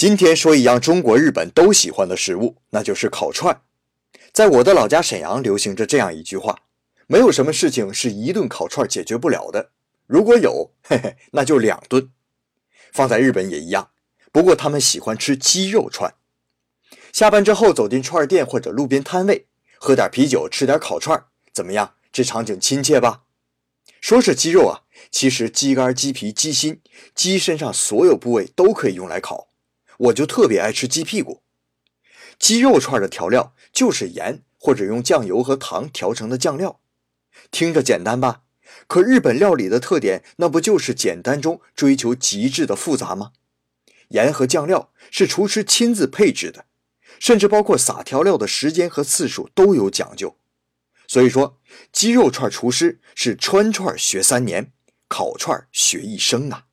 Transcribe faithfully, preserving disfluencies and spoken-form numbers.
今天说一样中国、日本都喜欢的食物，那就是烤串。在我的老家沈阳流行着这样一句话：没有什么事情是一顿烤串解决不了的，如果有，嘿嘿，那就两顿。放在日本也一样，不过他们喜欢吃鸡肉串。下班之后走进串店或者路边摊位，喝点啤酒，吃点烤串，怎么样？这场景亲切吧？说是鸡肉啊，其实鸡肝、鸡皮、鸡心，鸡身上所有部位都可以用来烤。我就特别爱吃鸡屁股。鸡肉串的调料就是盐或者用酱油和糖调成的酱料，听着简单吧？可日本料理的特点，那不就是简单中追求极致的复杂吗？盐和酱料是厨师亲自配制的，甚至包括撒调料的时间和次数都有讲究。所以说，鸡肉串厨师是穿串学三年，烤串学一生啊。